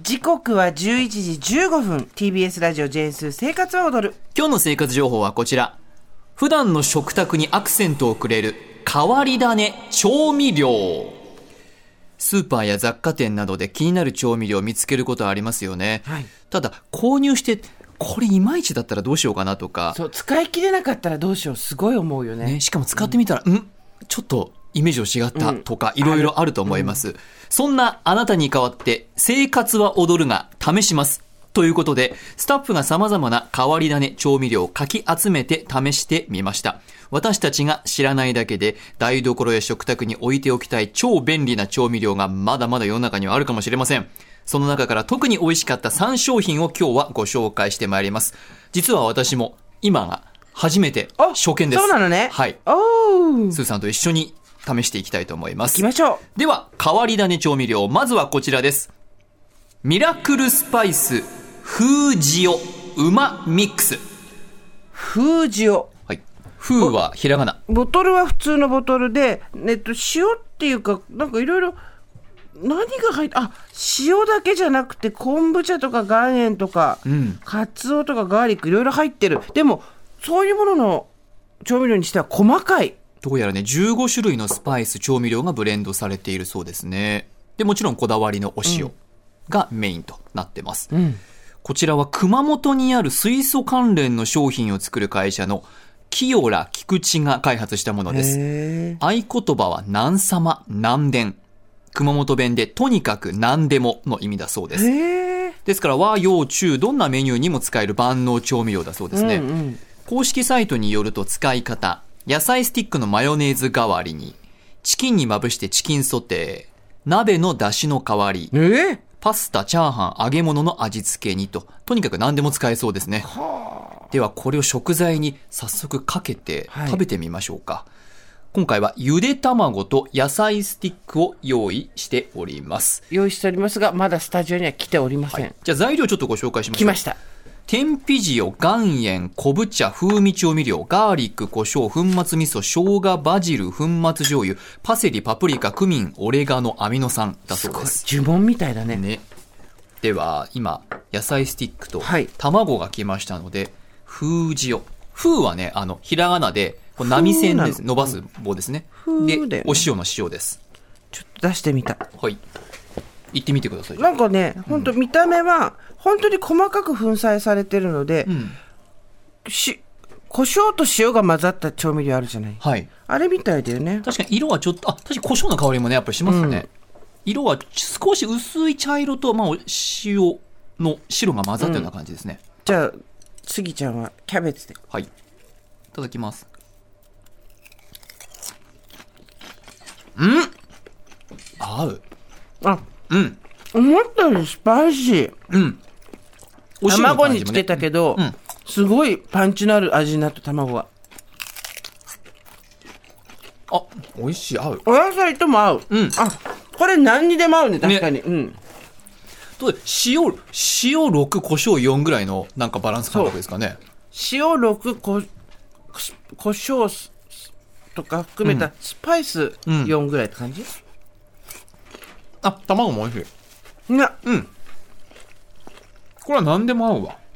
時刻は11時15分 TBS ラジオ JS 生活は踊る。 今日の生活情報はこちら。普段の食卓にアクセントをくれる変わり種調味料。スーパーや雑貨店などで気になる調味料を見つけることはありますよね、はい、ただ購入してこれいまいちだったらどうしようかなとか、 そう使い切れなかったらどうしようすごい思うよ ね。 しかも使ってみたら、ちょっとイメージを違ったとか、いろいろあると思います、そんなあなたに代わって生活は踊るが試しますということで、スタッフが様々な変わり種調味料をかき集めて試してみました。私たちが知らないだけで台所や食卓に置いておきたい超便利な調味料がまだまだ世の中にはあるかもしれません。その中から特に美味しかった3商品を今日はご紹介してまいります。実は私も今が初めて初見です。 そうなのね。 はい。スーさんと一緒に試していきたいと思います。 行きましょう。では変わり種調味料、まずはこちらです。ミラクルスパイス風塩うまミックス。 風塩、 はい、風はひらがな。 ボトルは普通のボトルで、塩っていうかなんかいろいろ何が入って、塩だけじゃなくて昆布茶とか岩塩とか、カツオとかガーリックいろいろ入ってる。でもそういうものの調味料にしては細かい。 どうやらね15種類のスパイス調味料がブレンドされているそうですね。でもちろんこだわりのお塩がメインとなってます、こちらは熊本にある水素関連の商品を作る会社の清良菊池が開発したものです。合言葉は何様何伝、熊本弁でとにかく何でもの意味だそうです。ですから和洋中どんなメニューにも使える万能調味料だそうですね、公式サイトによると使い方、野菜スティックのマヨネーズ代わりに、チキンにまぶしてチキンソテー、鍋の出汁の代わり、パスタ、チャーハン、揚げ物の味付けにと、とにかく何でも使えそうですね。ではこれを食材に早速かけて食べてみましょうか、今回はゆで卵と野菜スティックを用意しております。 用意しておりますが、まだスタジオには来ておりません、 じゃあ材料ちょっとご紹介しましょう。 来ました。 天日塩、岩塩、昆布茶、風味調味料、ガーリック、胡椒、粉末味噌、生姜、バジル、粉末醤油、パセリ、パプリカ、クミン、オレガノ、アミノ酸だそうです。 すごい呪文みたいだ ね。 では今野菜スティックと卵が来ましたので、風塩、風はねひらがなで波線です、伸ばす棒ですね。でお塩の塩です。 ちょっと出してみた。 はい、言ってみてください。 なんかね、本当見た目は本当に細かく粉砕されてるので、胡椒と塩が混ざった調味料あるじゃない、あれみたいだよね。 確かに色はちょっと確かに胡椒の香りもねやっぱりしますね、色は少し薄い茶色と、塩の白が混ざったような感じですね、 じゃあスギちゃんはキャベツで。 はい、いただきます。合う。 思ったよりスパイシー。卵につけたけど、すごいパンチのある味になった。卵は美味しい。合う。 お野菜とも合う。これ何にでも合うね、確かに。 どうで塩6胡椒4ぐらいのなんかバランス感覚ですかね。 塩6胡椒とか含めたスパイス4ぐらいって感じ。 卵も美味しい。これは何でも合うわ。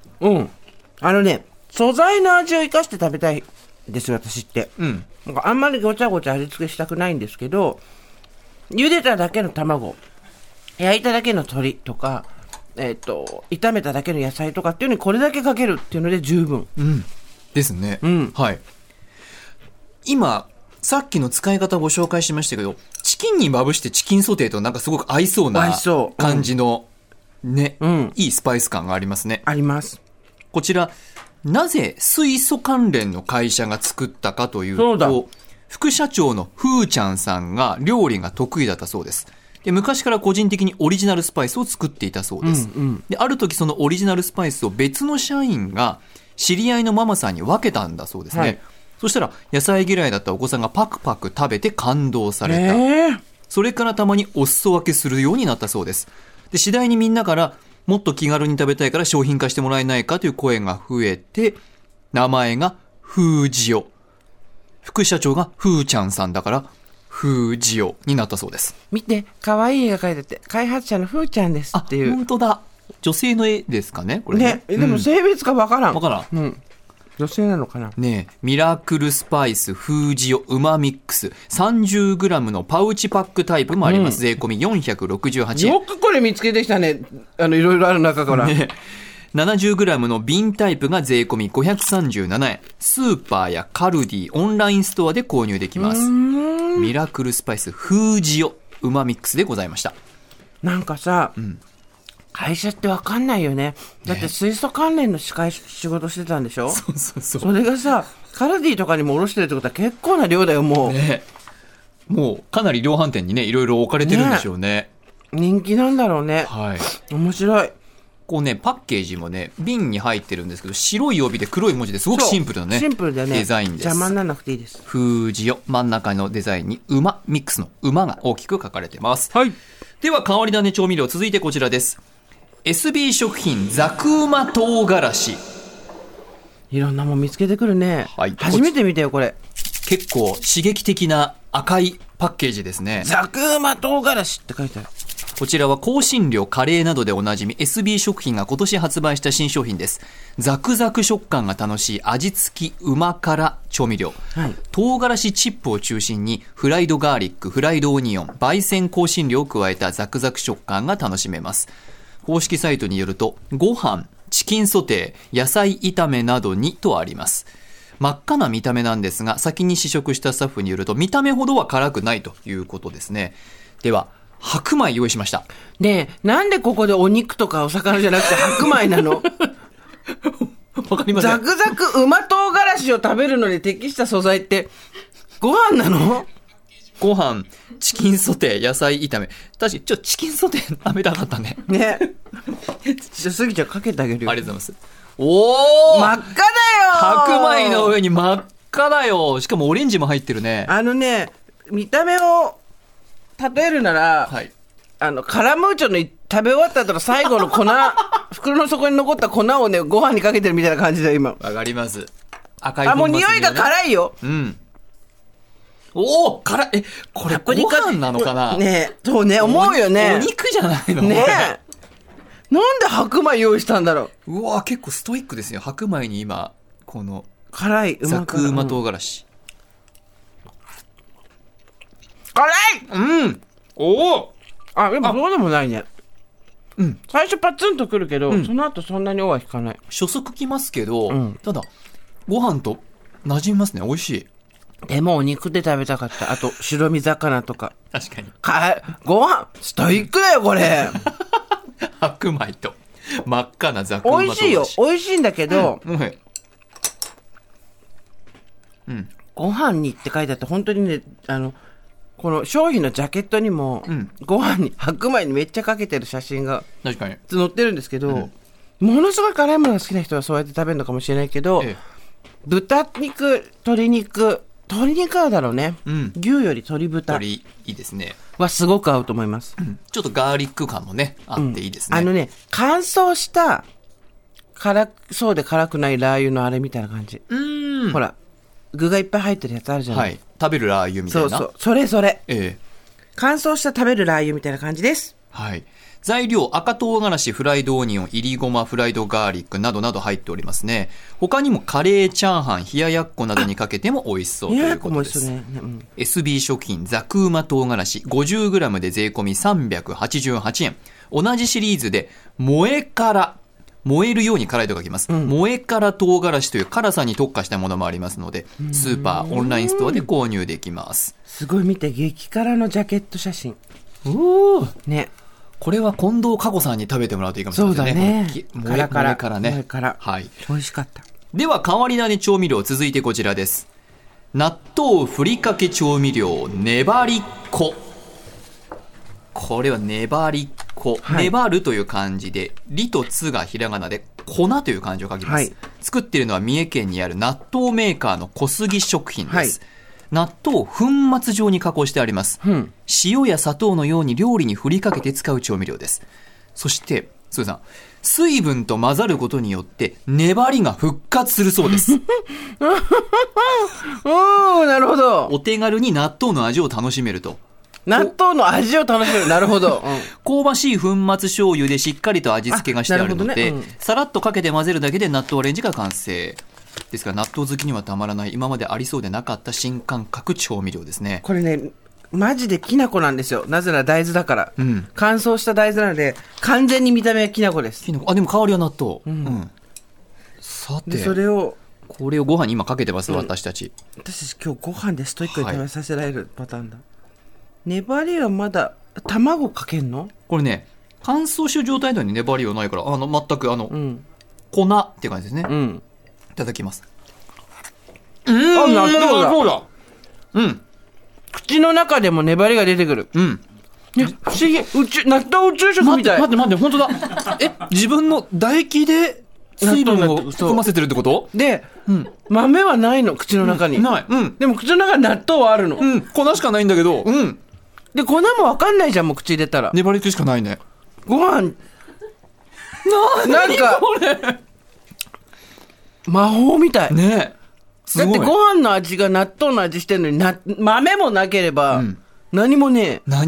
素材の味を生かして食べたいです私って、なんかあんまりごちゃごちゃ味付けしたくないんですけど、茹でただけの卵、焼いただけの鶏とか、炒めただけの野菜とかっていうのにこれだけかけるっていうので十分、 ですね、はい。今さっきの使い方をご紹介しましたけど、チキンにまぶしてチキンソテーとなんかすごく合いそうな感じのいいスパイス感がありますね。 あります。 こちらなぜ水素関連の会社が作ったかというと、副社長のふーちゃんさんが料理が得意だったそうです。で昔から個人的にオリジナルスパイスを作っていたそうです、である時そのオリジナルスパイスを別の社員が知り合いのママさんに分けたんだそうですね、そしたら野菜嫌いだったお子さんがパクパク食べて感動された、それからたまにお裾分けするようになったそうです。で次第にみんなからもっと気軽に食べたいから商品化してもらえないかという声が増えて、名前が風塩、副社長がふーちゃんさんだから風塩になったそうです。 見て、可愛い絵が描いてて、開発者のふーちゃんですっていう。 本当だ。女性の絵ですかねこれね。 でも性別かわからん。 わからん。 女性なのかな。 ねえ、ミラクルスパイス風塩うまミックス 30g のパウチパックタイプもあります。税込み468円。 よくこれ見つけてきたね。いろいろある中から。 ね、70g の瓶タイプが税込み537円。スーパーやカルディ、オンラインストアで購入できます。ミラクルスパイス風塩うまミックスでございました。 なんかさ、会社って分かんないよね。だって水素関連の仕事してたんでしょ。それがさ、カルディとかにも卸してるってことは結構な量だよ、もう。 ね、もうかなり量販店にね、いろいろ置かれてるんでしょうね。 人気なんだろうね。 はい。 面白い。 こうね、パッケージもね、瓶に入ってるんですけど、白い帯で黒い文字ですごくシンプルなね、 シンプルだね、 デザインです。 邪魔にならなくていいです。 風塩、真ん中のデザインにうまミックスのうまが大きく書かれてます。 はい。 では変わり種調味料、続いてこちらです。SB 食品ザクうま唐辛子。 いろんなもん見つけてくるね。 はい、 初めて見たよこれ。 結構刺激的な赤いパッケージですね。 ザクうま唐辛子って書いてある。 こちらは香辛料、カレーなどでおなじみ SB 食品が今年発売した新商品です。ザクザク食感が楽しい味付きうま辛調味料、はい、唐辛子チップを中心にフライドガーリック、フライドオニオン、焙煎香辛料を加えたザクザク食感が楽しめます。公式サイトによると、ご飯、チキンソテー、野菜炒めなどにとあります。真っ赤な見た目なんですが、先に試食したスタッフによると見た目ほどは辛くないということですね。では白米用意しました。 ねえ、なんでここでお肉とかお魚じゃなくて白米なの？ わかりません。 ザクザクうま唐辛子を食べるのに適した素材ってご飯なの？ ご飯、チキンソテー、野菜炒め。確かにチキンソテー食べたかったね。 ね。じゃあスギちゃんかけてあげるよ。 ありがとうございます。おー、 真っ赤だよ。 白米の上に真っ赤だよ。しかもオレンジも入ってるね。 見た目を例えるなら、 はい、 カラムーチョの食べ終わった後の最後の粉袋の底に残った粉をね、ご飯にかけてるみたいな感じだよ今。 わかります。赤い粉末、ね、 もう匂いが辛いよ。 うん。おお、辛い。これご飯なのかな。 ねえ、そうね、思うよね。 お肉じゃないのねえ。なんで白米用意したんだろう。うわ、結構ストイックですよ。白米に今この辛いザクうま唐辛子。 辛い。 うん。おお。 でもそうでもないね。 うん。 最初パツンとくるけど、その後そんなに尾は引かない。 初速きますけど、ただご飯と馴染みますね。美味しい。 でもお肉で食べたかった。あと白身魚とか。 確かに。 ご飯ストイックだよこれ。 白米と真っ赤なザクうま唐辛子。 美味しいよ。美味しいんだけど、ご飯にって書いてあって本当にね、この商品のジャケットにも、ご飯に白米にめっちゃかけてる写真が確かに載ってるんですけど、ものすごい辛いものが好きな人はそうやって食べるのかもしれないけど、豚肉、鶏肉はだろうね、牛より鶏いいですね。 はすごく合うと思います、 ちょっとガーリック感もねあっていいですね。 乾燥した辛そうで辛くないラー油のあれみたいな感じ。ほら具がいっぱい入ってるやつあるじゃない、 はい、食べるラー油みたいな。 それ、乾燥した食べるラー油みたいな感じです。 はい。材料、赤唐辛子、フライドオニオン、いりごま、フライドガーリックなどなど入っておりますね。他にもカレー、チャーハン、冷ややっこなどにかけても美味しそうということです。SB 食品ザクうま唐辛子 50g で税込み388円。同じシリーズで萌え辛、燃えるように辛いと書きます。萌え辛唐辛子という辛さに特化したものもありますので、スーパー、オンラインストアで購入できます。 すごい、見て、激辛のジャケット写真。ね。 これは近藤佳子さんに食べてもらうといいかもしれませんね。 そうだね。 辛ね。 はい。美味しかった。 では変わり種調味料、続いてこちらです。納豆ふりかけ調味料粘りっこ。これは粘りっこ、粘るという漢字で、りとつがひらがなで粉という漢字を書きます、作っているのは三重県にある納豆メーカーの小杉食品です、納豆を粉末状に加工してあります、塩や砂糖のように料理に振りかけて使う調味料です。そして鈴さん、 水分と混ざることによって粘りが復活するそうです。 なるほど。 お手軽に納豆の味を楽しめると。 納豆の味を楽しめる。なるほど。 香ばしい粉末醤油でしっかりと味付けがしてあるので、さらっとかけて混ぜるだけで納豆アレンジが完成。ですから納豆好きにはたまらない、今までありそうでなかった新感覚調味料ですね。 これね、マジできな粉なんですよ。なぜなら大豆だから。乾燥した大豆なので、完全に見た目はきな粉です。 あ、でも香りは納豆。さて、 それをこれをご飯に今かけてます、私たち。 私たち今日ご飯でストイックに食べさせられるパターンだ。粘りはまだ、卵かけんの？ これね、乾燥してる状態なのに粘りはないから、全く粉っていう感じですね。いただきます。 納豆だ。 そうだ。 口の中でも粘りが出てくる。不思議。納豆宇宙食みたい。 待って、本当だ。自分の唾液で水分を含ませてるってこと？ で、豆はないの、口の中に。 ない。 でも口の中に納豆はあるの。 粉しかないんだけど。 で、粉もわかんないじゃん、もう口入れたら。 粘り気しかないね。 ご飯、なんか、 これ魔法みたい。 ね。 だってご飯の味が納豆の味してるのに、豆もなければ、何もねえ。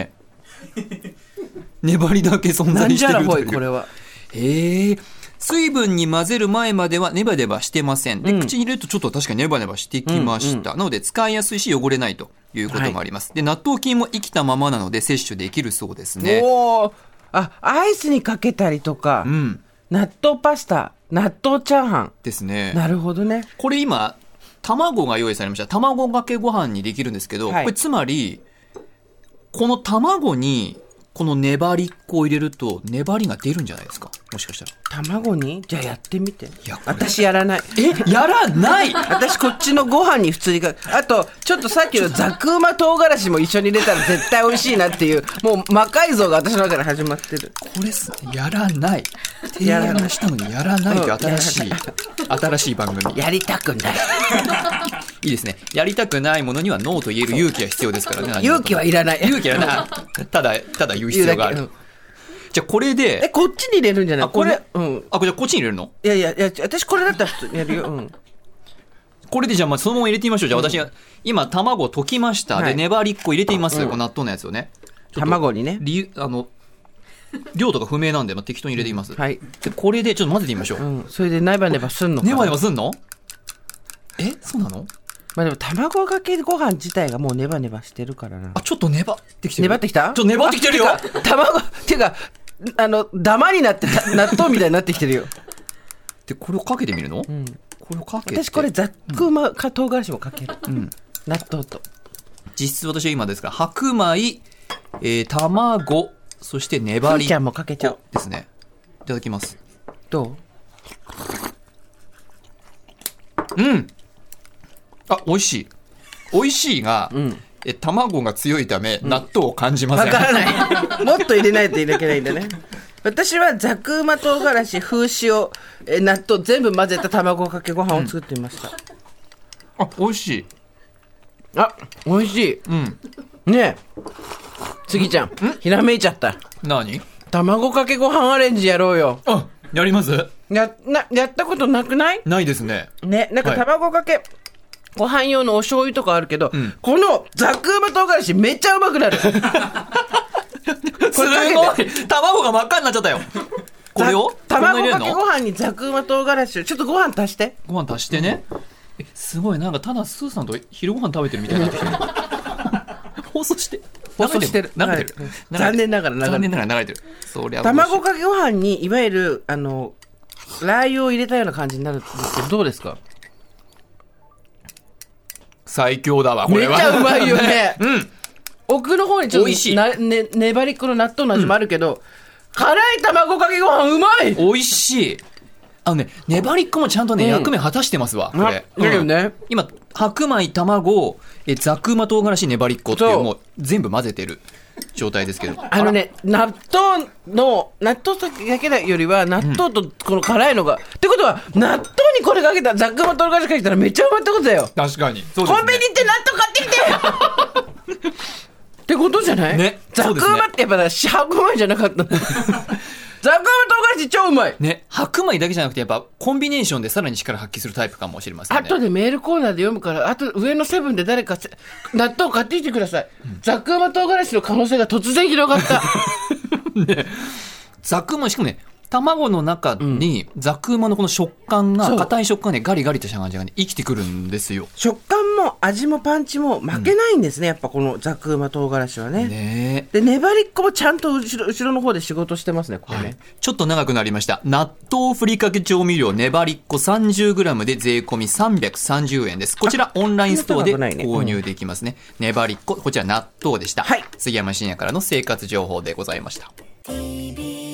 粘りだけ存在してるという。 なんじゃらほい、これは。 水分に混ぜる前まではネバネバしてません。で、口に入れるとちょっと確かにネバネバしてきました。なので使いやすいし汚れないということもあります。で、納豆菌も生きたままなので摂取できるそうですね。 アイスにかけたりとか、納豆パスタ、納豆チャーハンですね。 なるほどね。 これ今卵が用意されました。卵かけご飯にできるんですけど、これつまりこの卵にこの粘りっこを入れると粘りが出るんじゃないですか、もしかしたら。 卵にじゃあやってみて。私やらない。 やらない私こっちのご飯に普通にあとちょっとさっきのザクうま唐辛子も一緒に入れたら絶対美味しいなっていう、もう魔改造が私の中で始まってる。 これやらない。提案したのにやらないという新しい番組。 やりたくない。 いいですね。やりたくないものにはノーと言える勇気が必要ですからね。 勇気はいらない。 勇気はいらない。ただ言う必要がある。じゃあこれで。 こっちに入れるんじゃない？これ、 じゃあこっちに入れるの？ いや、私これだったら普通にやるよ。 これでじゃあそのまま入れてみましょう。じゃあ私が今卵を溶きました。で、粘りっこ入れてみます。この納豆のやつをね。 卵にね。 量とか不明なんで、適当に入れてみます。 はい。 で、これでちょっと混ぜてみましょう。 それでネバネバすんのかな？ ネバネバすんの？そうなの？ でも卵かけご飯自体がもうネバネバしてるからな。 ちょっと粘ってきてる。 粘ってきた？ 粘ってきてるよ。 卵っていうかダマになって納豆みたいになってきてるよ。 でこれをかけてみるの？これをかけて。 私これザックうまか唐辛子もかける。納豆と。 実質私は今ですから白米、卵、そして粘り。 ちゃんもかけちゃうですね。いただきます。 どう？美味しい。美味しいが、卵が強いため、納豆を感じません。 わからない。もっと入れないといけないんだね。私はザクうま唐辛子、風塩、納豆全部混ぜた卵かけご飯を作ってみました。 美味しい。 美味しい。ねえ、スギちゃん、ひらめいちゃった。 何？ 卵かけご飯アレンジやろうよ。 やります？ やったことなくない？ ないですね。 ね、なんか卵かけ、ご飯用のお醤油とかあるけど、このザクうま唐辛子めっちゃうまくなる。 すごい。卵が真っ赤になっちゃったよ。これを卵かけご飯にザクうま唐辛子、ちょっとご飯足して。 ご飯足してね。すごい、なんかただスーさんと昼ご飯食べてるみたいになってきてる。放送してる。流れてる。 残念ながら流れてる。そりゃ卵かけご飯にいわゆるラー油を入れたような感じになるんですけど、どうですか？ 最強だわ、これは。 めっちゃうまいよね。奥の方にちょっと粘りっこの納豆の味もあるけど、辛い卵かけご飯うまい。 美味しい。粘りっこもちゃんとね、役目果たしてますわ、これ。 だよね。 今、白米、卵、ザクうま唐辛子、粘りっこっていう、もう全部混ぜてる状態ですけど。 納豆だけよりは、納豆とこの辛いのが、ってことは、納豆にこれかけたら、ザクうま唐辛子かけたらめっちゃうまいってことだよ。 確かに。 コンビニ行って納豆買ってきてってことじゃない？ ね。 ザクうまってやっぱ白米じゃなかった。ザクうま唐辛ジ超うまい。 ね、白米だけじゃなくて、やっぱコンビネーションでさらに力発揮するタイプかもしれませんね。 後でメールコーナーで読むから、あと上のセブンで誰か納豆買ってきてください。ザクうま唐辛子の可能性が突然広がった。 ね、ザクうま、しかもね、卵の中にザクうまのこの食感が、硬い食感がね、ガリガリとした感じがね、生きてくるんですよ。 食感も味もパンチも負けないんですね、やっぱこのザクうま唐辛子はね。 ね、 で、粘りっこもちゃんと後ろの方で仕事してますね、ここね。 はい、ちょっと長くなりました。納豆ふりかけ調味料粘りっこ 30g で税込み330円です。こちらオンラインストアで購入できますね。粘りっこ、こちら納豆でした。はい、杉山真也からの生活情報でございました。